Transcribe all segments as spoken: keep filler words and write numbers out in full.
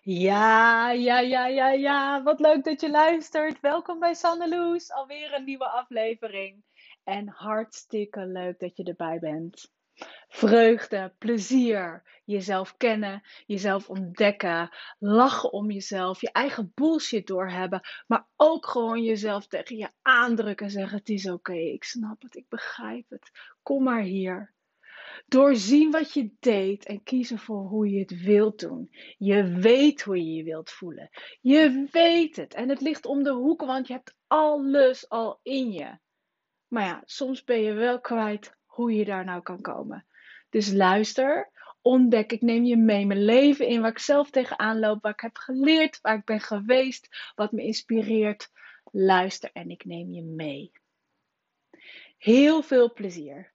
Ja, ja, ja, ja, ja. Wat leuk dat je luistert. Welkom bij Sanneloes. Alweer een nieuwe aflevering. En hartstikke leuk dat je erbij bent. Vreugde, plezier, jezelf kennen, jezelf ontdekken, lachen om jezelf, je eigen bullshit doorhebben, maar ook gewoon jezelf tegen je aandrukken en zeggen: het is oké, ik snap het, ik begrijp het. Kom maar hier. Doorzien wat je deed en kiezen voor hoe je het wilt doen. Je weet hoe je je wilt voelen. Je weet het. En het ligt om de hoek, want je hebt alles al in je. Maar ja, soms ben je wel kwijt hoe je daar nou kan komen. Dus luister, ontdek, ik neem je mee mijn leven in, waar ik zelf tegenaan loop, waar ik heb geleerd, waar ik ben geweest, wat me inspireert. Luister en ik neem je mee. Heel veel plezier.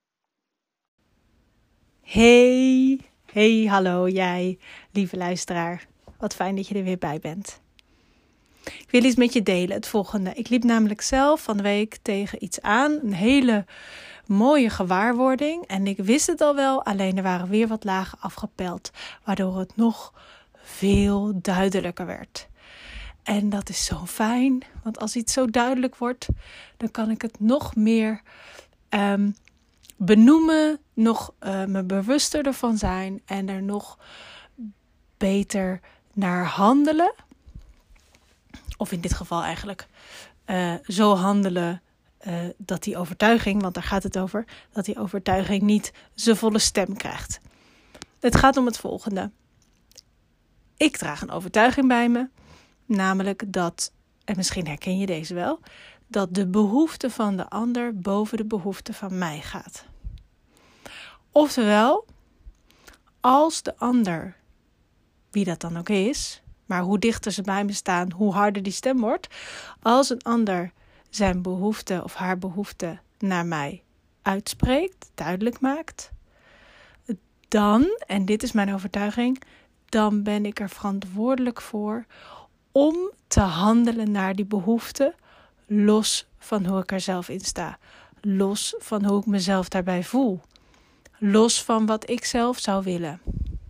Hey, hey, hallo jij, lieve luisteraar. Wat fijn dat je er weer bij bent. Ik wil iets met je delen, het volgende. Ik liep namelijk zelf van de week tegen iets aan, een hele mooie gewaarwording. En ik wist het al wel, alleen er waren weer wat lagen afgepeld, waardoor het nog veel duidelijker werd. En dat is zo fijn, want als iets zo duidelijk wordt, dan kan ik het nog meer Um, benoemen, nog uh, me bewuster ervan zijn en er nog beter naar handelen. Of in dit geval eigenlijk uh, zo handelen uh, dat die overtuiging, want daar gaat het over, dat die overtuiging niet zijn volle stem krijgt. Het gaat om het volgende. Ik draag een overtuiging bij me, namelijk dat, en misschien herken je deze wel, dat de behoefte van de ander boven de behoefte van mij gaat. Oftewel, als de ander, wie dat dan ook is, maar hoe dichter ze bij me staan, hoe harder die stem wordt. Als een ander zijn behoefte of haar behoefte naar mij uitspreekt, duidelijk maakt, dan, en dit is mijn overtuiging, dan ben ik er verantwoordelijk voor om te handelen naar die behoefte, los van hoe ik er zelf in sta, los van hoe ik mezelf daarbij voel. Los van wat ik zelf zou willen.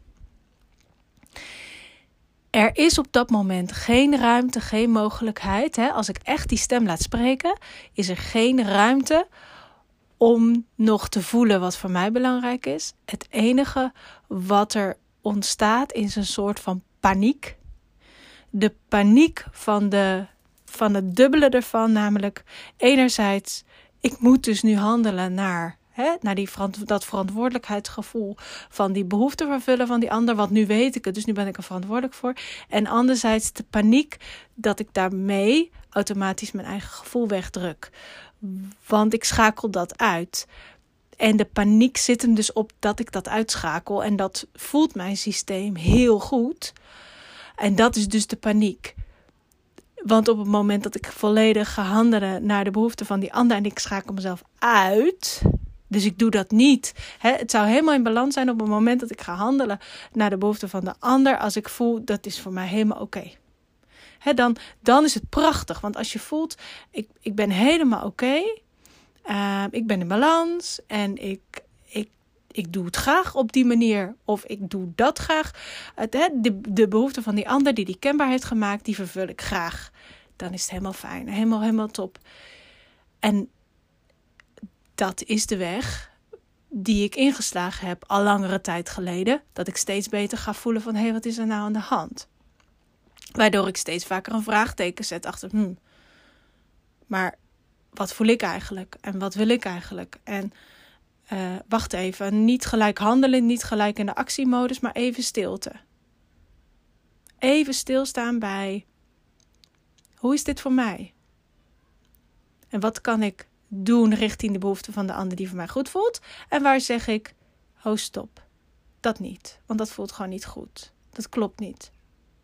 Er is op dat moment geen ruimte, geen mogelijkheid. Hè? Als ik echt die stem laat spreken, is er geen ruimte om nog te voelen wat voor mij belangrijk is. Het enige wat er ontstaat is een soort van paniek. De paniek van, de, van het dubbele ervan, namelijk enerzijds, ik moet dus nu handelen naar... He, naar die, dat verantwoordelijkheidsgevoel van die behoefte vervullen van die ander. Want nu weet ik het, dus nu ben ik er verantwoordelijk voor. En anderzijds de paniek dat ik daarmee automatisch mijn eigen gevoel wegdruk. Want ik schakel dat uit. En de paniek zit hem dus op dat ik dat uitschakel. En dat voelt mijn systeem heel goed. En dat is dus de paniek. Want op het moment dat ik volledig ga handelen naar de behoefte van die ander en ik schakel mezelf uit... Dus ik doe dat niet. He, het zou helemaal in balans zijn op het moment dat ik ga handelen naar de behoefte van de ander. Als ik voel, dat is voor mij helemaal oké. Okay. Dan, dan is het prachtig. Want als je voelt, ik, ik ben helemaal oké. Okay, uh, ik ben in balans. En ik, ik, ik doe het graag op die manier. Of ik doe dat graag. Het, he, de, de behoefte van die ander die die kenbaar heeft gemaakt, die vervul ik graag. Dan is het helemaal fijn. Helemaal, helemaal top. En dat is de weg die ik ingeslagen heb al langere tijd geleden. Dat ik steeds beter ga voelen van, hé, hey, wat is er nou aan de hand? Waardoor ik steeds vaker een vraagteken zet achter, hmm, maar wat voel ik eigenlijk? En wat wil ik eigenlijk? En uh, wacht even, niet gelijk handelen, niet gelijk in de actiemodus, maar even stilte. Even stilstaan bij, hoe is dit voor mij? En wat kan ik doen richting de behoefte van de ander die voor mij goed voelt. En waar zeg ik, ho stop, dat niet. Want dat voelt gewoon niet goed. Dat klopt niet.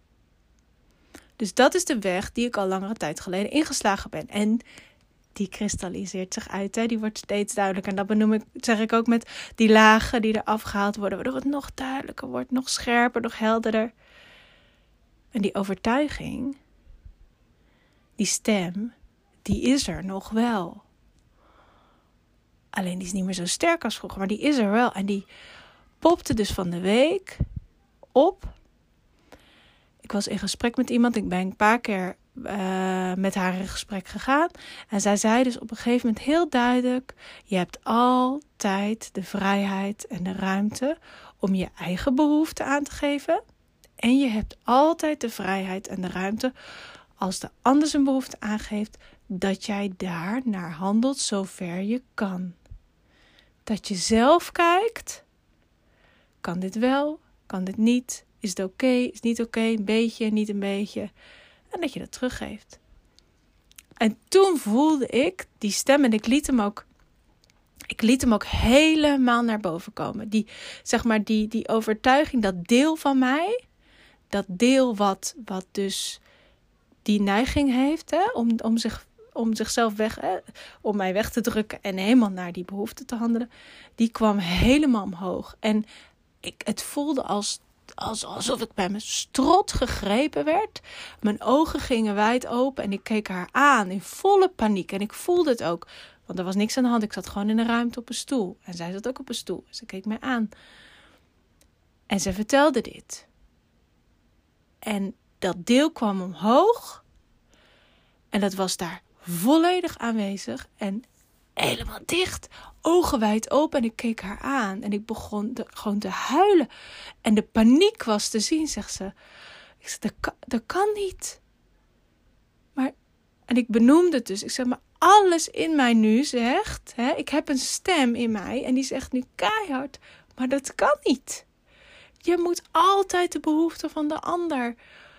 Dus dat is de weg die ik al langere tijd geleden ingeslagen ben. En die kristalliseert zich uit. Hè? Die wordt steeds duidelijker. En dat benoem ik, zeg ik ook met die lagen die er afgehaald worden. Waardoor het nog duidelijker wordt. Nog scherper, nog helderder. En die overtuiging, die stem, die is er nog wel. Alleen die is niet meer zo sterk als vroeger, maar die is er wel. En die popte dus van de week op. ik was in gesprek met iemand. Ik ben een paar keer uh, met haar in gesprek gegaan. En zij zei dus op een gegeven moment heel duidelijk: je hebt altijd de vrijheid en de ruimte om je eigen behoeften aan te geven. En je hebt altijd de vrijheid en de ruimte, als de ander zijn behoefte aangeeft, dat jij daar naar handelt zover je kan. Dat je zelf kijkt, kan dit wel, kan dit niet, is het oké, okay, is het niet oké, okay, een beetje, niet een beetje. En dat je dat teruggeeft. En toen voelde ik die stem en ik liet hem ook, ik liet hem ook helemaal naar boven komen. Die, zeg maar, die, die overtuiging, dat deel van mij, dat deel wat, wat dus die neiging heeft, hè, om, om, zich, om zichzelf weg, hè, om mij weg te drukken en helemaal naar die behoefte te handelen, die kwam helemaal omhoog. En ik, het voelde als, als, alsof ik bij mijn strot gegrepen werd. Mijn ogen gingen wijd open en ik keek haar aan in volle paniek. En ik voelde het ook, want er was niks aan de hand. Ik zat gewoon in een ruimte op een stoel. En zij zat ook op een stoel. Ze keek mij aan. En ze vertelde dit. En dat deel kwam omhoog. En dat was daar volledig aanwezig. En helemaal dicht. Ogen wijd open. En ik keek haar aan. En ik begon te, gewoon te huilen. En de paniek was te zien, zegt ze. Ik zei, dat kan, dat kan niet. Maar, en ik benoemde het dus. Ik zeg, maar alles in mij nu zegt. Hè, ik heb een stem in mij. En die zegt nu keihard. Maar dat kan niet. Je moet altijd de behoeften van de ander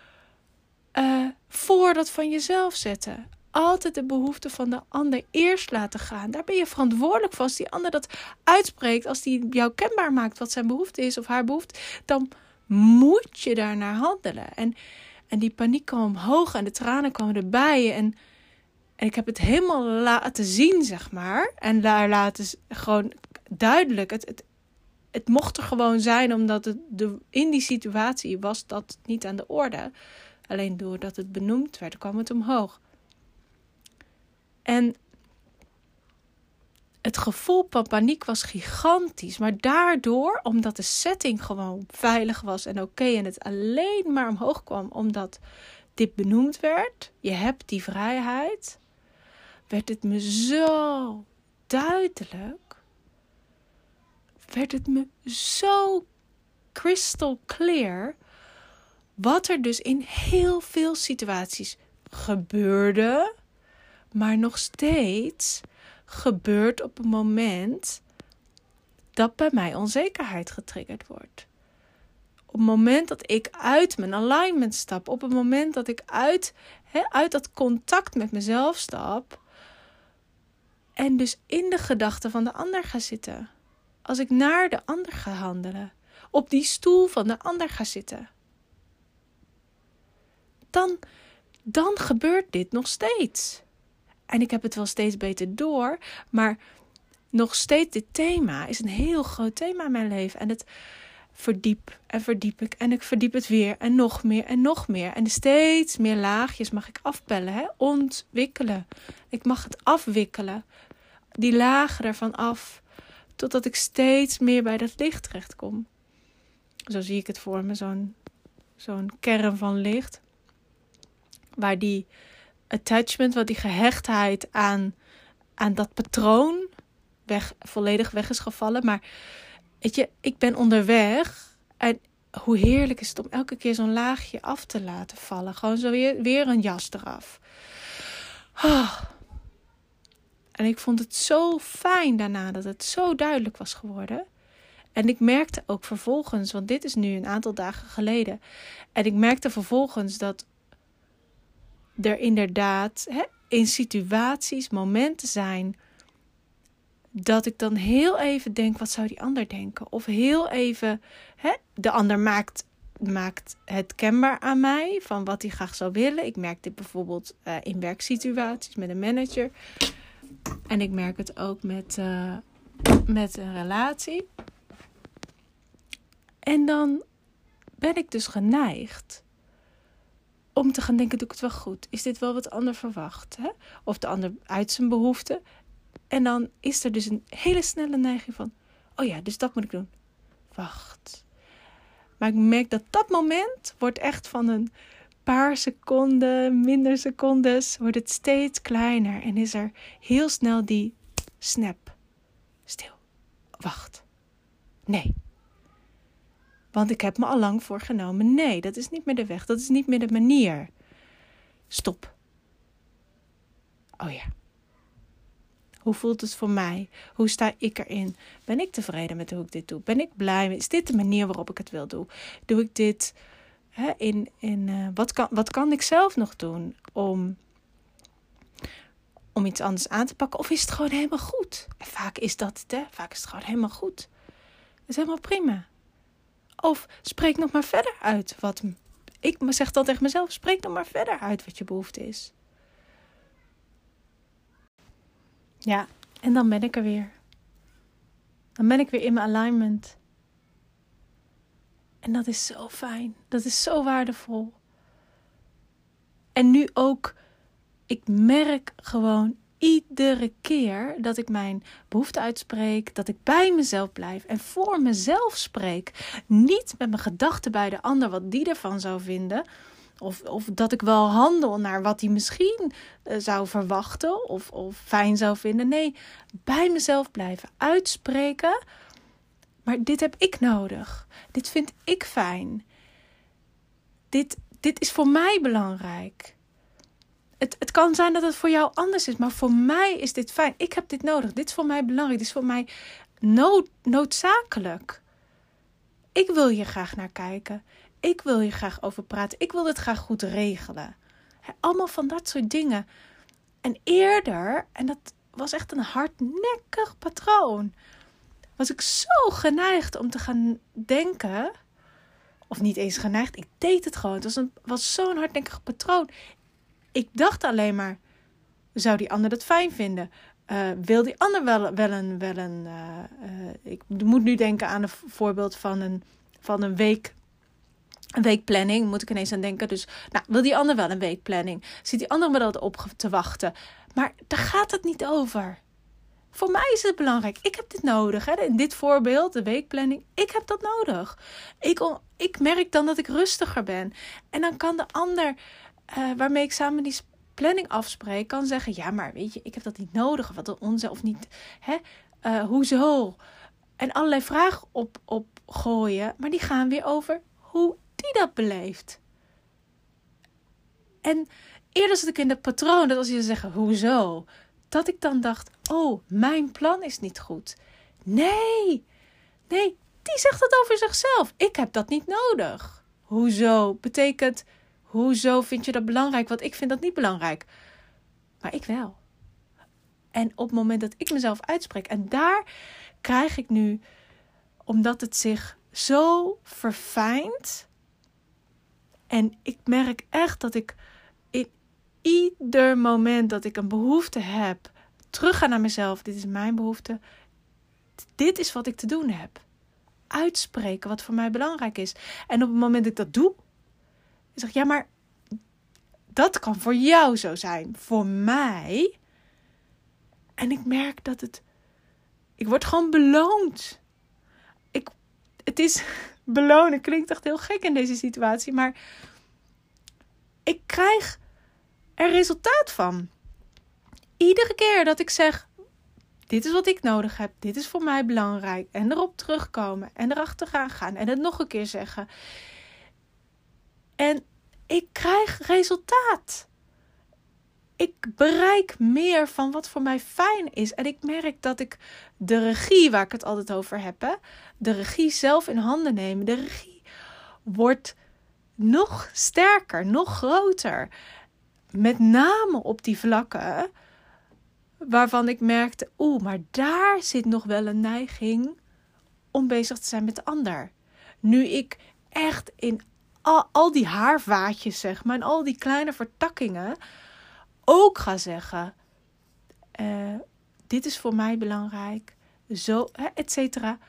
uh, voor dat van jezelf zetten. Altijd de behoeften van de ander eerst laten gaan. Daar ben je verantwoordelijk voor. Als die ander dat uitspreekt, als die jou kenbaar maakt wat zijn behoefte is of haar behoefte, dan moet je daarnaar handelen. En, en die paniek kwam omhoog en de tranen kwamen erbij. En, en ik heb het helemaal laten zien, zeg maar. En daar laten gewoon duidelijk. Het, het, het mocht er gewoon zijn, omdat het de, in die situatie was dat niet aan de orde. Alleen doordat het benoemd werd, kwam het omhoog. En het gevoel van paniek was gigantisch. Maar daardoor, omdat de setting gewoon veilig was en oké, okay, en het alleen maar omhoog kwam omdat dit benoemd werd, je hebt die vrijheid, werd het me zo duidelijk, werd het me zo crystal clear, wat er dus in heel veel situaties gebeurde, maar nog steeds gebeurt op het moment dat bij mij onzekerheid getriggerd wordt. Op het moment dat ik uit mijn alignment stap, op het moment dat ik uit, he, uit dat contact met mezelf stap en dus in de gedachten van de ander ga zitten. Als ik naar de ander ga handelen, op die stoel van de ander ga zitten, dan, dan gebeurt dit nog steeds. En ik heb het wel steeds beter door, maar nog steeds dit thema is een heel groot thema in mijn leven. En het verdiep en verdiep ik en ik verdiep het weer en nog meer en nog meer. En steeds meer laagjes mag ik afpellen, hè? Ontwikkelen. Ik mag het afwikkelen, die lagen ervan af, totdat ik steeds meer bij dat licht terechtkom. Zo zie ik het voor me, zo'n, zo'n kern van licht, waar die attachment, wat die gehechtheid aan, aan dat patroon weg, volledig weg is gevallen. Maar weet je, ik ben onderweg en hoe heerlijk is het om elke keer zo'n laagje af te laten vallen. Gewoon zo weer, weer een jas eraf. Oh. En ik vond het zo fijn daarna dat het zo duidelijk was geworden. En ik merkte ook vervolgens, want dit is nu een aantal dagen geleden, en ik merkte vervolgens dat er inderdaad hè, in situaties momenten zijn dat ik dan heel even denk, wat zou die ander denken? Of heel even, hè, de ander maakt, maakt het kenbaar aan mij van wat hij graag zou willen. Ik merk dit bijvoorbeeld uh, in werksituaties met een manager. En ik merk het ook met, uh, met een relatie. En dan ben ik dus geneigd om te gaan denken, doe ik het wel goed? Is dit wel wat de ander verwacht? Hè? Of de ander uit zijn behoeften? En dan is er dus een hele snelle neiging van, oh ja, dus dat moet ik doen. Wacht. Maar ik merk dat dat moment wordt echt van een paar seconden, minder secondes, wordt het steeds kleiner. En is er heel snel die snap. Stil. Wacht. Nee. Want ik heb me al lang voorgenomen. Nee, dat is niet meer de weg. Dat is niet meer de manier. Stop. Oh ja. Hoe voelt het voor mij? Hoe sta ik erin? Ben ik tevreden met hoe ik dit doe? Ben ik blij? Is dit de manier waarop ik het wil doen? Doe ik dit hè, in... in uh, wat, kan, wat kan ik zelf nog doen om, om iets anders aan te pakken? Of is het gewoon helemaal goed? En vaak is dat het, hè? Vaak is het gewoon helemaal goed. Het is helemaal prima. Of spreek nog maar verder uit wat... Ik zeg dan tegen mezelf, spreek nog maar verder uit wat je behoefte is. Ja, en dan ben ik er weer. Dan ben ik weer in mijn alignment. En dat is zo fijn. Dat is zo waardevol. En nu ook, ik merk gewoon iedere keer dat ik mijn behoefte uitspreek, dat ik bij mezelf blijf en voor mezelf spreek. Niet met mijn gedachten bij de ander, wat die ervan zou vinden. Of, of dat ik wel handel naar wat hij misschien uh, zou verwachten of, of fijn zou vinden. Nee, bij mezelf blijven uitspreken. Maar dit heb ik nodig. Dit vind ik fijn. Dit, dit is voor mij belangrijk. Het, het kan zijn dat het voor jou anders is, maar voor mij is dit fijn. Ik heb dit nodig. Dit is voor mij belangrijk. Dit is voor mij nood, noodzakelijk. Ik wil hier graag naar kijken. Ik wil hier graag over praten. Ik wil dit graag goed regelen. He, allemaal van dat soort dingen. En eerder, en dat was echt een hardnekkig patroon, was ik zo geneigd om te gaan denken, of niet eens geneigd, ik deed het gewoon. Het was, een, was zo'n hardnekkig patroon. Ik dacht alleen maar, zou die ander dat fijn vinden? Uh, wil die ander wel, wel een... Wel een uh, uh, ik moet nu denken aan een voorbeeld van een, van een week... Een weekplanning, moet ik ineens aan denken. Dus, nou, wil die ander wel een weekplanning? Zit die ander me dat op te wachten? Maar daar gaat het niet over. Voor mij is het belangrijk. Ik heb dit nodig. Hè? In dit voorbeeld, de weekplanning. Ik heb dat nodig. Ik, ik merk dan dat ik rustiger ben. En dan kan de ander, uh, waarmee ik samen die planning afspreek, kan zeggen, ja, maar weet je, ik heb dat niet nodig. Of wat een onzin, of niet. Hè? Uh, hoezo? En allerlei vragen op, op gooien. Maar die gaan weer over hoe die dat beleeft. En eerder zat ik in dat patroon, dat als je zeggen, hoezo? Dat ik dan dacht, oh, mijn plan is niet goed. Nee, nee, die zegt dat over zichzelf. Ik heb dat niet nodig. Hoezo? Betekent, hoezo vind je dat belangrijk? Want ik vind dat niet belangrijk. Maar ik wel. En op het moment dat ik mezelf uitspreek, en daar krijg ik nu, omdat het zich zo verfijnt. En ik merk echt dat ik in ieder moment dat ik een behoefte heb, terug ga naar mezelf. Dit is mijn behoefte. Dit is wat ik te doen heb. Uitspreken wat voor mij belangrijk is. En op het moment dat ik dat doe, zeg ik, ja, maar dat kan voor jou zo zijn. Voor mij. En ik merk dat het, ik word gewoon beloond. Ik, het is belonen, klinkt echt heel gek in deze situatie, maar ik krijg er resultaat van. Iedere keer dat ik zeg, dit is wat ik nodig heb, dit is voor mij belangrijk, en erop terugkomen en erachteraan gaan en het nog een keer zeggen. En ik krijg resultaat. Ik bereik meer van wat voor mij fijn is. En ik merk dat ik de regie, waar ik het altijd over heb, hè, de regie zelf in handen nemen. De regie wordt nog sterker, nog groter. Met name op die vlakken waarvan ik merkte, oeh, maar daar zit nog wel een neiging om bezig te zijn met de ander. Nu ik echt in al, al die haarvaatjes, zeg maar, en al die kleine vertakkingen ook ga zeggen, uh, dit is voor mij belangrijk, zo, et cetera,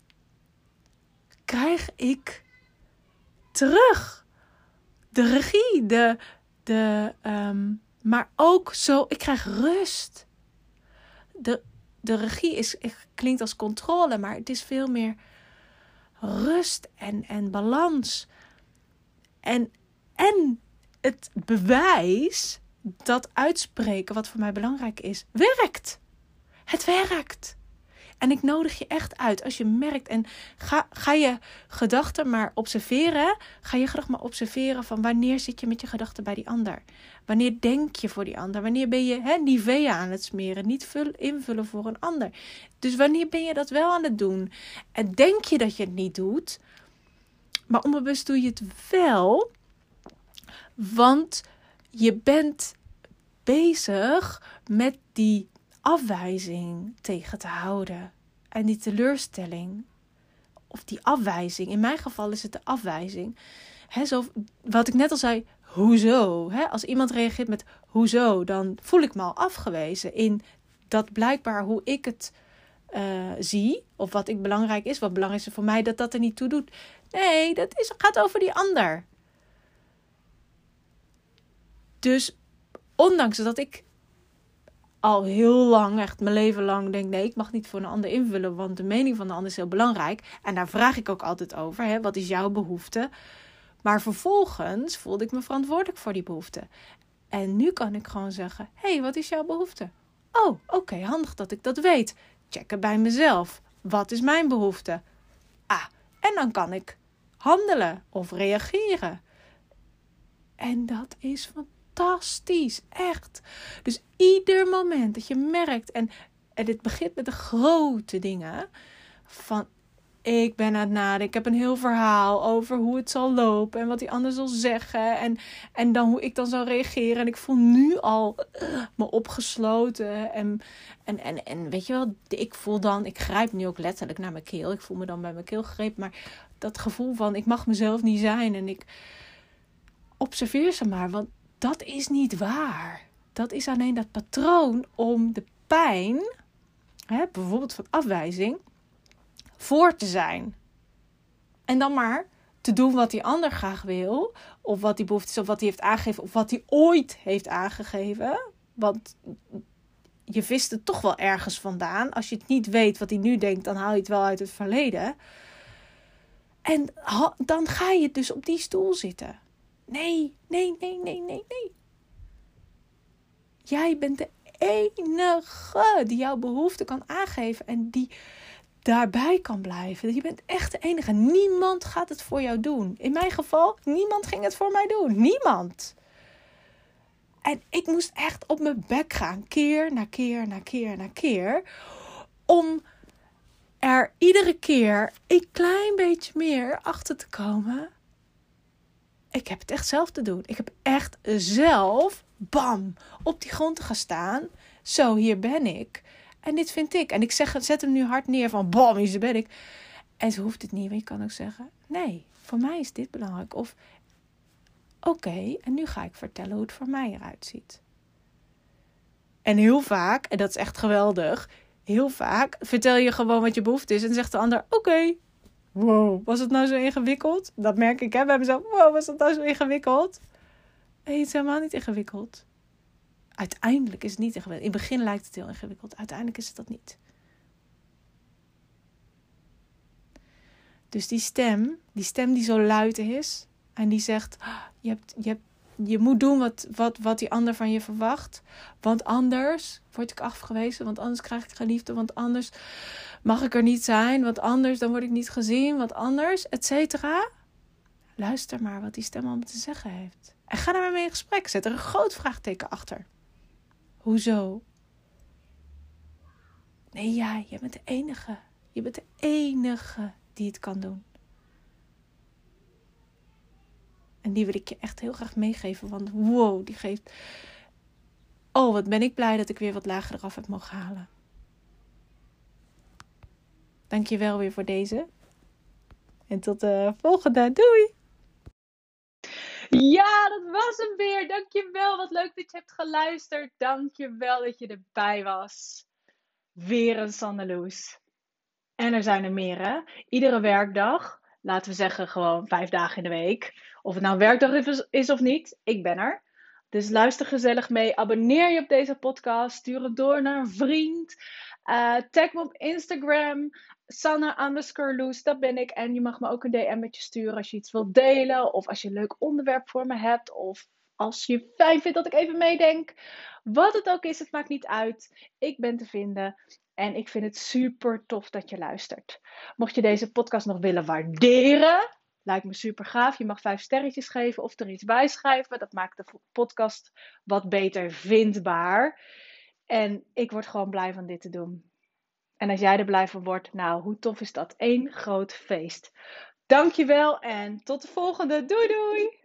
krijg ik terug de regie, de, de, um, maar ook zo, ik krijg rust. De, de regie is, klinkt als controle, maar het is veel meer rust en, en balans. En, en het bewijs dat uitspreken wat voor mij belangrijk is, werkt. Het werkt. En ik nodig je echt uit, als je merkt, en ga, ga je gedachten maar observeren. Ga je gedachten maar observeren van wanneer zit je met je gedachten bij die ander. Wanneer denk je voor die ander. Wanneer ben je hè, Nivea aan het smeren. Niet vul, invullen voor een ander. Dus wanneer ben je dat wel aan het doen. En denk je dat je het niet doet. Maar onbewust doe je het wel. Want je bent bezig met die afwijzing tegen te houden. En die teleurstelling. Of die afwijzing. In mijn geval is het de afwijzing. He, zo, wat ik net al zei. Hoezo? He, als iemand reageert met hoezo. Dan voel ik me al afgewezen. In dat blijkbaar hoe ik het uh, zie. Of wat ik belangrijk is. Wat belangrijk is voor mij. Dat dat er niet toe doet. Nee, dat is, gaat over die ander. Dus ondanks dat ik al heel lang, echt mijn leven lang, denk nee, ik mag niet voor een ander invullen, want de mening van de ander is heel belangrijk. En daar vraag ik ook altijd over, hè, wat is jouw behoefte? Maar vervolgens voelde ik me verantwoordelijk voor die behoefte. En nu kan ik gewoon zeggen, hé, hey, wat is jouw behoefte? Oh, oké, okay, handig dat ik dat weet. Checken bij mezelf. Wat is mijn behoefte? Ah, en dan kan ik handelen of reageren. En dat is fantastisch, echt. Dus ieder moment dat je merkt, en, en dit begint met de grote dingen, van ik ben aan het nadenken, ik heb een heel verhaal over hoe het zal lopen en wat die ander zal zeggen en, en dan hoe ik dan zal reageren. En ik voel nu al uh, me opgesloten en, en, en, en weet je wel, ik voel dan, ik grijp nu ook letterlijk naar mijn keel, ik voel me dan bij mijn keel gegrepen, maar dat gevoel van ik mag mezelf niet zijn en ik observeer ze maar, want dat is niet waar. Dat is alleen dat patroon om de pijn, hè, bijvoorbeeld van afwijzing, voor te zijn. En dan maar te doen wat die ander graag wil, of wat die behoefte is, of wat hij heeft aangegeven, of wat hij ooit heeft aangegeven. Want je vist het toch wel ergens vandaan. Als je het niet weet wat hij nu denkt, dan haal je het wel uit het verleden. En ha- dan ga je dus op die stoel zitten. Nee, nee, nee, nee, nee, nee. Jij bent de enige die jouw behoefte kan aangeven en die daarbij kan blijven. Je bent echt de enige. Niemand gaat het voor jou doen. In mijn geval, niemand ging het voor mij doen. Niemand. En ik moest echt op mijn bek gaan. Keer na keer na keer na keer. Om er iedere keer een klein beetje meer achter te komen. Ik heb het echt zelf te doen. Ik heb echt zelf, bam, op die grond te gaan staan. Zo, hier ben ik. En dit vind ik. En ik zeg, zet hem nu hard neer van, bam, hier ben ik. En zo hoeft het niet. Maar je kan ook zeggen, nee, voor mij is dit belangrijk. Of, oké, okay, en nu ga ik vertellen hoe het voor mij eruit ziet. En heel vaak, en dat is echt geweldig, heel vaak vertel je gewoon wat je behoefte is. En zegt de ander, oké. Okay. Wow, was het nou zo ingewikkeld? Dat merk ik, hè. We hebben zo, wow, was het nou zo ingewikkeld? Nee, het is helemaal niet ingewikkeld. Uiteindelijk is het niet ingewikkeld. In het begin lijkt het heel ingewikkeld. Uiteindelijk is het dat niet. Dus die stem, die stem die zo luid is. En die zegt, je, hebt, je, hebt, je moet doen wat, wat, wat die ander van je verwacht. Want anders word ik afgewezen. Want anders krijg ik geen liefde. Want anders mag ik er niet zijn. Want anders dan word ik niet gezien. Want anders, et cetera. Luister maar wat die stem allemaal te zeggen heeft. En ga daar maar mee in gesprek. Zet er een groot vraagteken achter. Hoezo? Nee, jij, je bent de enige. Je bent de enige die het kan doen. En die wil ik je echt heel graag meegeven. Want wow, die geeft... Oh, wat ben ik blij dat ik weer wat lager eraf heb mogen halen. Dank je wel weer voor deze. En tot de volgende. Doei! Ja, dat was hem weer. Dankjewel. Wat leuk dat je hebt geluisterd. Dankjewel dat je erbij was. Weer een Sanneloes. En er zijn er meer, hè? Iedere werkdag. Laten we zeggen gewoon vijf dagen in de week. Of het nou een werkdag is of niet. Ik ben er. Dus luister gezellig mee. Abonneer je op deze podcast. Stuur het door naar een vriend. Uh, tag me op Instagram. Sanne underscore Loes, dat ben ik. En je mag me ook een D M'tje sturen als je iets wilt delen. Of als je een leuk onderwerp voor me hebt. Of als je fijn vindt dat ik even meedenk. Wat het ook is, het maakt niet uit. Ik ben te vinden. En ik vind het super tof dat je luistert. Mocht je deze podcast nog willen waarderen, lijkt me super gaaf. Je mag vijf sterretjes geven of er iets bij schrijven. Dat maakt de podcast wat beter vindbaar. En ik word gewoon blij van dit te doen. En als jij er blij van wordt, nou, hoe tof is dat? Eén groot feest. Dankjewel en tot de volgende. Doei doei!